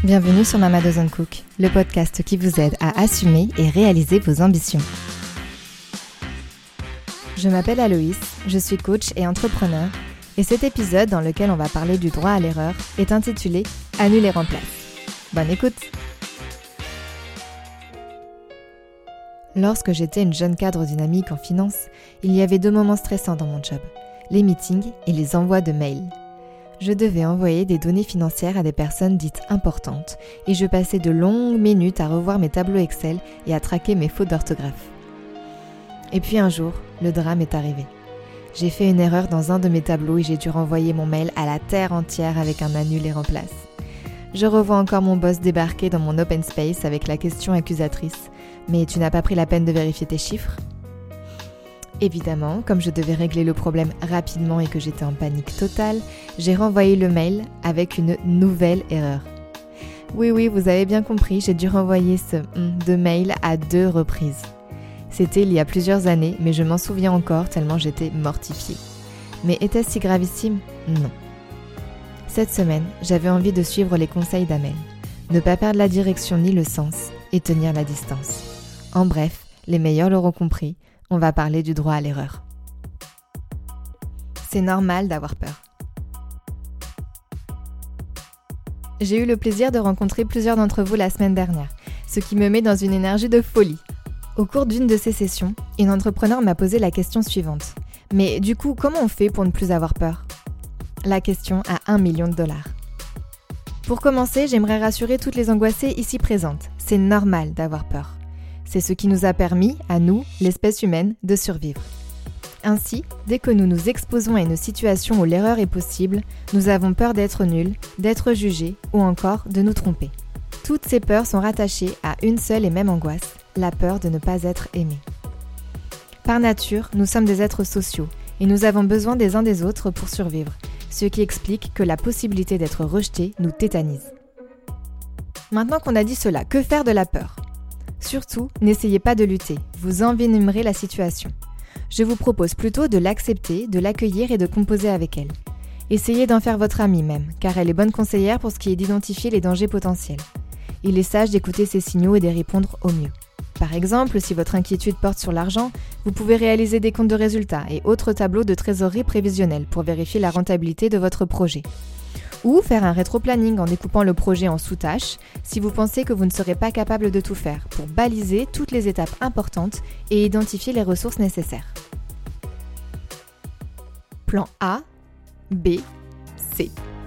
Bienvenue sur Mama Doesn't Cook, le podcast qui vous aide à assumer et réaliser vos ambitions. Je m'appelle Aloïs, je suis coach et entrepreneur, et cet épisode dans lequel on va parler du droit à l'erreur est intitulé « Annule et remplace ». Bonne écoute! Lorsque j'étais une jeune cadre dynamique en finance, il y avait 2 moments stressants dans mon job, les meetings et les envois de mails. Je devais envoyer des données financières à des personnes dites importantes et je passais de longues minutes à revoir mes tableaux Excel et à traquer mes fautes d'orthographe. Et puis un jour, le drame est arrivé. J'ai fait une erreur dans un de mes tableaux et j'ai dû renvoyer mon mail à la terre entière avec un annule et remplace. Je revois encore mon boss débarquer dans mon open space avec la question accusatrice « Mais tu n'as pas pris la peine de vérifier tes chiffres ?» Évidemment, comme je devais régler le problème rapidement et que j'étais en panique totale, j'ai renvoyé le mail avec une nouvelle erreur. Oui, vous avez bien compris, j'ai dû renvoyer ce « de mail à 2 reprises. C'était il y a plusieurs années, mais je m'en souviens encore tellement j'étais mortifiée. Mais était-ce si gravissime ? Non. Cette semaine, j'avais envie de suivre les conseils d'Amel, ne pas perdre la direction ni le sens et tenir la distance. En bref, les meilleurs l'auront compris, on va parler du droit à l'erreur. C'est normal d'avoir peur. J'ai eu le plaisir de rencontrer plusieurs d'entre vous la semaine dernière, ce qui me met dans une énergie de folie. Au cours d'une de ces sessions, une entrepreneur m'a posé la question suivante. Mais du coup, comment on fait pour ne plus avoir peur ? La question à $1 million. Pour commencer, j'aimerais rassurer toutes les angoissées ici présentes. C'est normal d'avoir peur. C'est ce qui nous a permis, à nous, l'espèce humaine, de survivre. Ainsi, dès que nous nous exposons à une situation où l'erreur est possible, nous avons peur d'être nuls, d'être jugés ou encore de nous tromper. Toutes ces peurs sont rattachées à une seule et même angoisse, la peur de ne pas être aimé. Par nature, nous sommes des êtres sociaux et nous avons besoin des uns des autres pour survivre, ce qui explique que la possibilité d'être rejeté nous tétanise. Maintenant qu'on a dit cela, que faire de la peur ? Surtout, n'essayez pas de lutter, vous envenimerez la situation. Je vous propose plutôt de l'accepter, de l'accueillir et de composer avec elle. Essayez d'en faire votre amie même, car elle est bonne conseillère pour ce qui est d'identifier les dangers potentiels. Il est sage d'écouter ses signaux et d'y répondre au mieux. Par exemple, si votre inquiétude porte sur l'argent, vous pouvez réaliser des comptes de résultats et autres tableaux de trésorerie prévisionnelle pour vérifier la rentabilité de votre projet. Ou faire un rétro-planning en découpant le projet en sous-tâches si vous pensez que vous ne serez pas capable de tout faire pour baliser toutes les étapes importantes et identifier les ressources nécessaires. Plan A, B, C.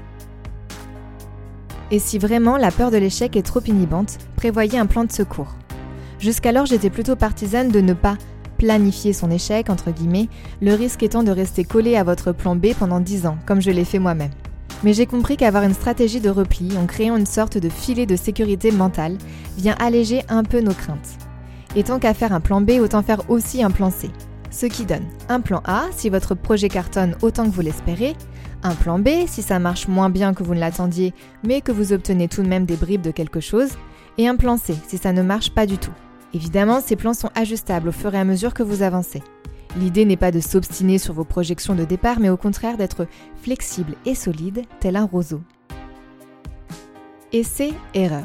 Et si vraiment la peur de l'échec est trop inhibante, prévoyez un plan de secours. Jusqu'alors, j'étais plutôt partisane de ne pas planifier son échec, entre guillemets, le risque étant de rester collé à votre plan B pendant 10 ans, comme je l'ai fait moi-même. Mais j'ai compris qu'avoir une stratégie de repli, en créant une sorte de filet de sécurité mentale, vient alléger un peu nos craintes. Et tant qu'à faire un plan B, autant faire aussi un plan C. Ce qui donne un plan A si votre projet cartonne autant que vous l'espérez, un plan B si ça marche moins bien que vous ne l'attendiez, mais que vous obtenez tout de même des bribes de quelque chose, et un plan C si ça ne marche pas du tout. Évidemment, ces plans sont ajustables au fur et à mesure que vous avancez. L'idée n'est pas de s'obstiner sur vos projections de départ, mais au contraire d'être flexible et solide, tel un roseau. Essai-erreur.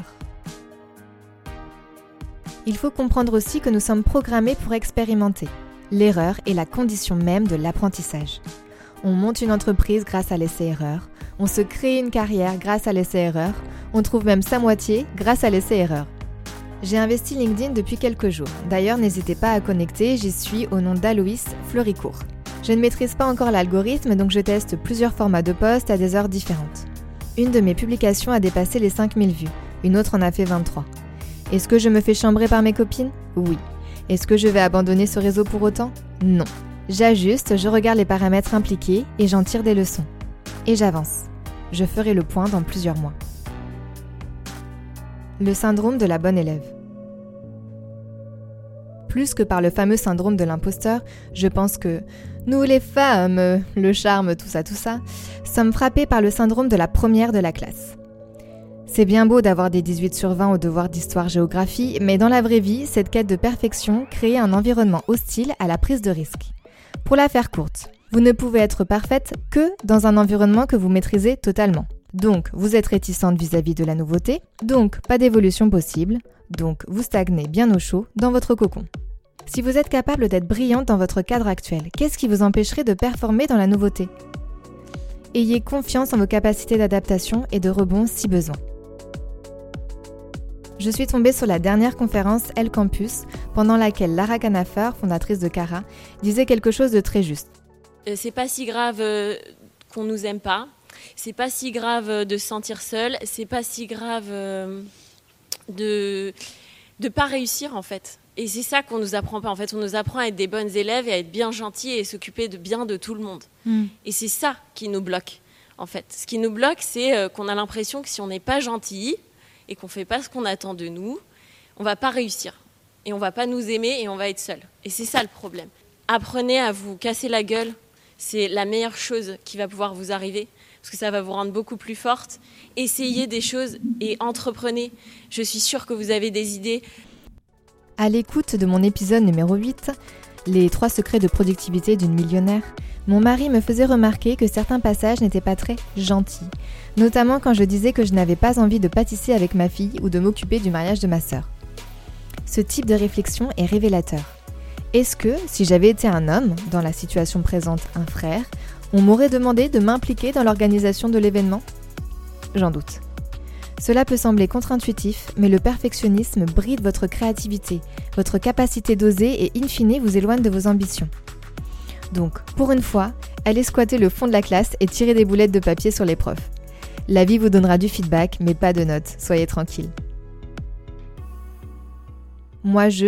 Il faut comprendre aussi que nous sommes programmés pour expérimenter. L'erreur est la condition même de l'apprentissage. On monte une entreprise grâce à l'essai-erreur, on se crée une carrière grâce à l'essai-erreur, on trouve même sa moitié grâce à l'essai-erreur. J'ai investi LinkedIn depuis quelques jours. D'ailleurs, n'hésitez pas à connecter, j'y suis au nom d'Aloïs Fleuricourt. Je ne maîtrise pas encore l'algorithme, donc je teste plusieurs formats de posts à des heures différentes. Une de mes publications a dépassé les 5000 vues, une autre en a fait 23. Est-ce que je me fais chambrer par mes copines ? Oui. Est-ce que je vais abandonner ce réseau pour autant ? Non. J'ajuste, je regarde les paramètres impliqués et j'en tire des leçons. Et j'avance. Je ferai le point dans plusieurs mois. Le syndrome de la bonne élève. Plus que par le fameux syndrome de l'imposteur, je pense que nous les femmes, le charme, tout ça, sommes frappés par le syndrome de la première de la classe. C'est bien beau d'avoir des 18 sur 20 au devoir d'histoire-géographie, mais dans la vraie vie, cette quête de perfection crée un environnement hostile à la prise de risque. Pour la faire courte, vous ne pouvez être parfaite que dans un environnement que vous maîtrisez totalement. Donc, vous êtes réticente vis-à-vis de la nouveauté, donc pas d'évolution possible, donc vous stagnez bien au chaud dans votre cocon. Si vous êtes capable d'être brillante dans votre cadre actuel, qu'est-ce qui vous empêcherait de performer dans la nouveauté ? Ayez confiance en vos capacités d'adaptation et de rebond si besoin. Je suis tombée sur la dernière conférence Elle Campus, pendant laquelle Lara Kanafer, fondatrice de Cara, disait quelque chose de très juste. C'est pas si grave qu'on nous aime pas, c'est pas si grave de se sentir seul, c'est pas si grave de pas réussir en fait. Et c'est ça qu'on nous apprend pas. En fait, on nous apprend à être des bonnes élèves et à être bien gentils et s'occuper bien de tout le monde. Et c'est ça qui nous bloque en fait. Ce qui nous bloque, c'est qu'on a l'impression que si on n'est pas gentil et qu'on fait pas ce qu'on attend de nous, on va pas réussir. Et on va pas nous aimer et on va être seul. Et c'est ça le problème. Apprenez à vous casser la gueule. C'est la meilleure chose qui va pouvoir vous arriver parce que ça va vous rendre beaucoup plus forte. Essayez des choses et entreprenez. Je suis sûre que vous avez des idées. À l'écoute de mon épisode numéro 8, Les 3 secrets de productivité d'une millionnaire, mon mari me faisait remarquer que certains passages n'étaient pas très gentils, notamment quand je disais que je n'avais pas envie de pâtisser avec ma fille ou de m'occuper du mariage de ma sœur. Ce type de réflexion est révélateur. Est-ce que, si j'avais été un homme, dans la situation présente un frère, on m'aurait demandé de m'impliquer dans l'organisation de l'événement ? J'en doute. Cela peut sembler contre-intuitif, mais le perfectionnisme bride votre créativité, votre capacité d'oser et in fine vous éloigne de vos ambitions. Donc, pour une fois, allez squatter le fond de la classe et tirer des boulettes de papier sur les profs. La vie vous donnera du feedback, mais pas de notes, soyez tranquille. Moi je.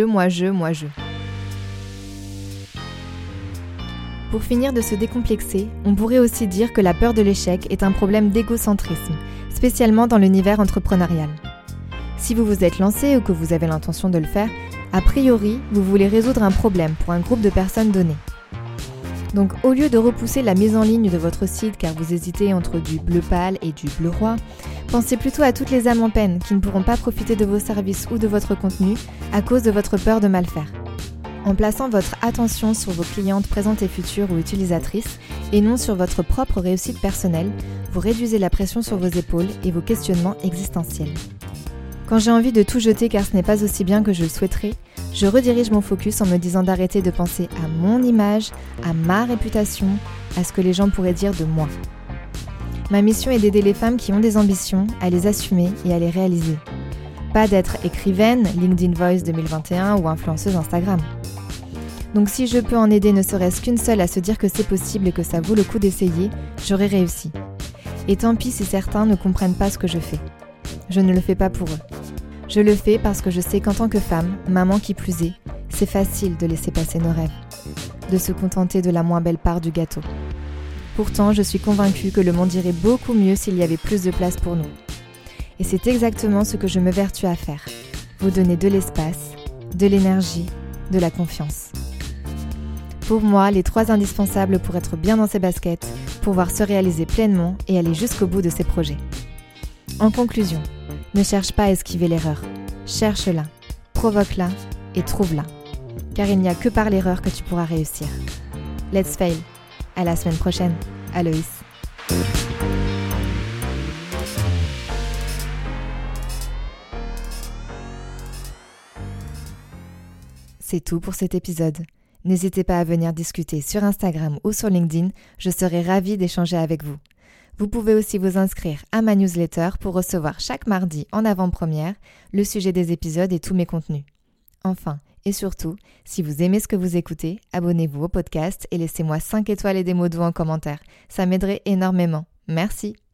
Pour finir de se décomplexer, on pourrait aussi dire que la peur de l'échec est un problème d'égocentrisme, spécialement dans l'univers entrepreneurial. Si vous vous êtes lancé ou que vous avez l'intention de le faire, a priori, vous voulez résoudre un problème pour un groupe de personnes donné. Donc au lieu de repousser la mise en ligne de votre site car vous hésitez entre du bleu pâle et du bleu roi, pensez plutôt à toutes les âmes en peine qui ne pourront pas profiter de vos services ou de votre contenu à cause de votre peur de mal faire. En plaçant votre attention sur vos clientes présentes et futures ou utilisatrices et non sur votre propre réussite personnelle, vous réduisez la pression sur vos épaules et vos questionnements existentiels. Quand j'ai envie de tout jeter car ce n'est pas aussi bien que je le souhaiterais, je redirige mon focus en me disant d'arrêter de penser à mon image, à ma réputation, à ce que les gens pourraient dire de moi. Ma mission est d'aider les femmes qui ont des ambitions à les assumer et à les réaliser. Pas d'être écrivaine, LinkedIn Voice 2021 ou influenceuse Instagram. Donc si je peux en aider ne serait-ce qu'une seule à se dire que c'est possible et que ça vaut le coup d'essayer, j'aurai réussi. Et tant pis si certains ne comprennent pas ce que je fais. Je ne le fais pas pour eux. Je le fais parce que je sais qu'en tant que femme, maman qui plus est, c'est facile de laisser passer nos rêves, de se contenter de la moins belle part du gâteau. Pourtant, je suis convaincue que le monde irait beaucoup mieux s'il y avait plus de place pour nous. Et c'est exactement ce que je me vertue à faire. Vous donner de l'espace, de l'énergie, de la confiance. Pour moi, les 3 indispensables pour être bien dans ses baskets, pouvoir se réaliser pleinement et aller jusqu'au bout de ses projets. En conclusion, ne cherche pas à esquiver l'erreur. Cherche-la, provoque-la et trouve-la. Car il n'y a que par l'erreur que tu pourras réussir. Let's fail. À la semaine prochaine. Aloïs. C'est tout pour cet épisode. N'hésitez pas à venir discuter sur Instagram ou sur LinkedIn, je serai ravie d'échanger avec vous. Vous pouvez aussi vous inscrire à ma newsletter pour recevoir chaque mardi en avant-première le sujet des épisodes et tous mes contenus. Enfin, et surtout, si vous aimez ce que vous écoutez, abonnez-vous au podcast et laissez-moi 5 étoiles et des mots doux en commentaire. Ça m'aiderait énormément. Merci.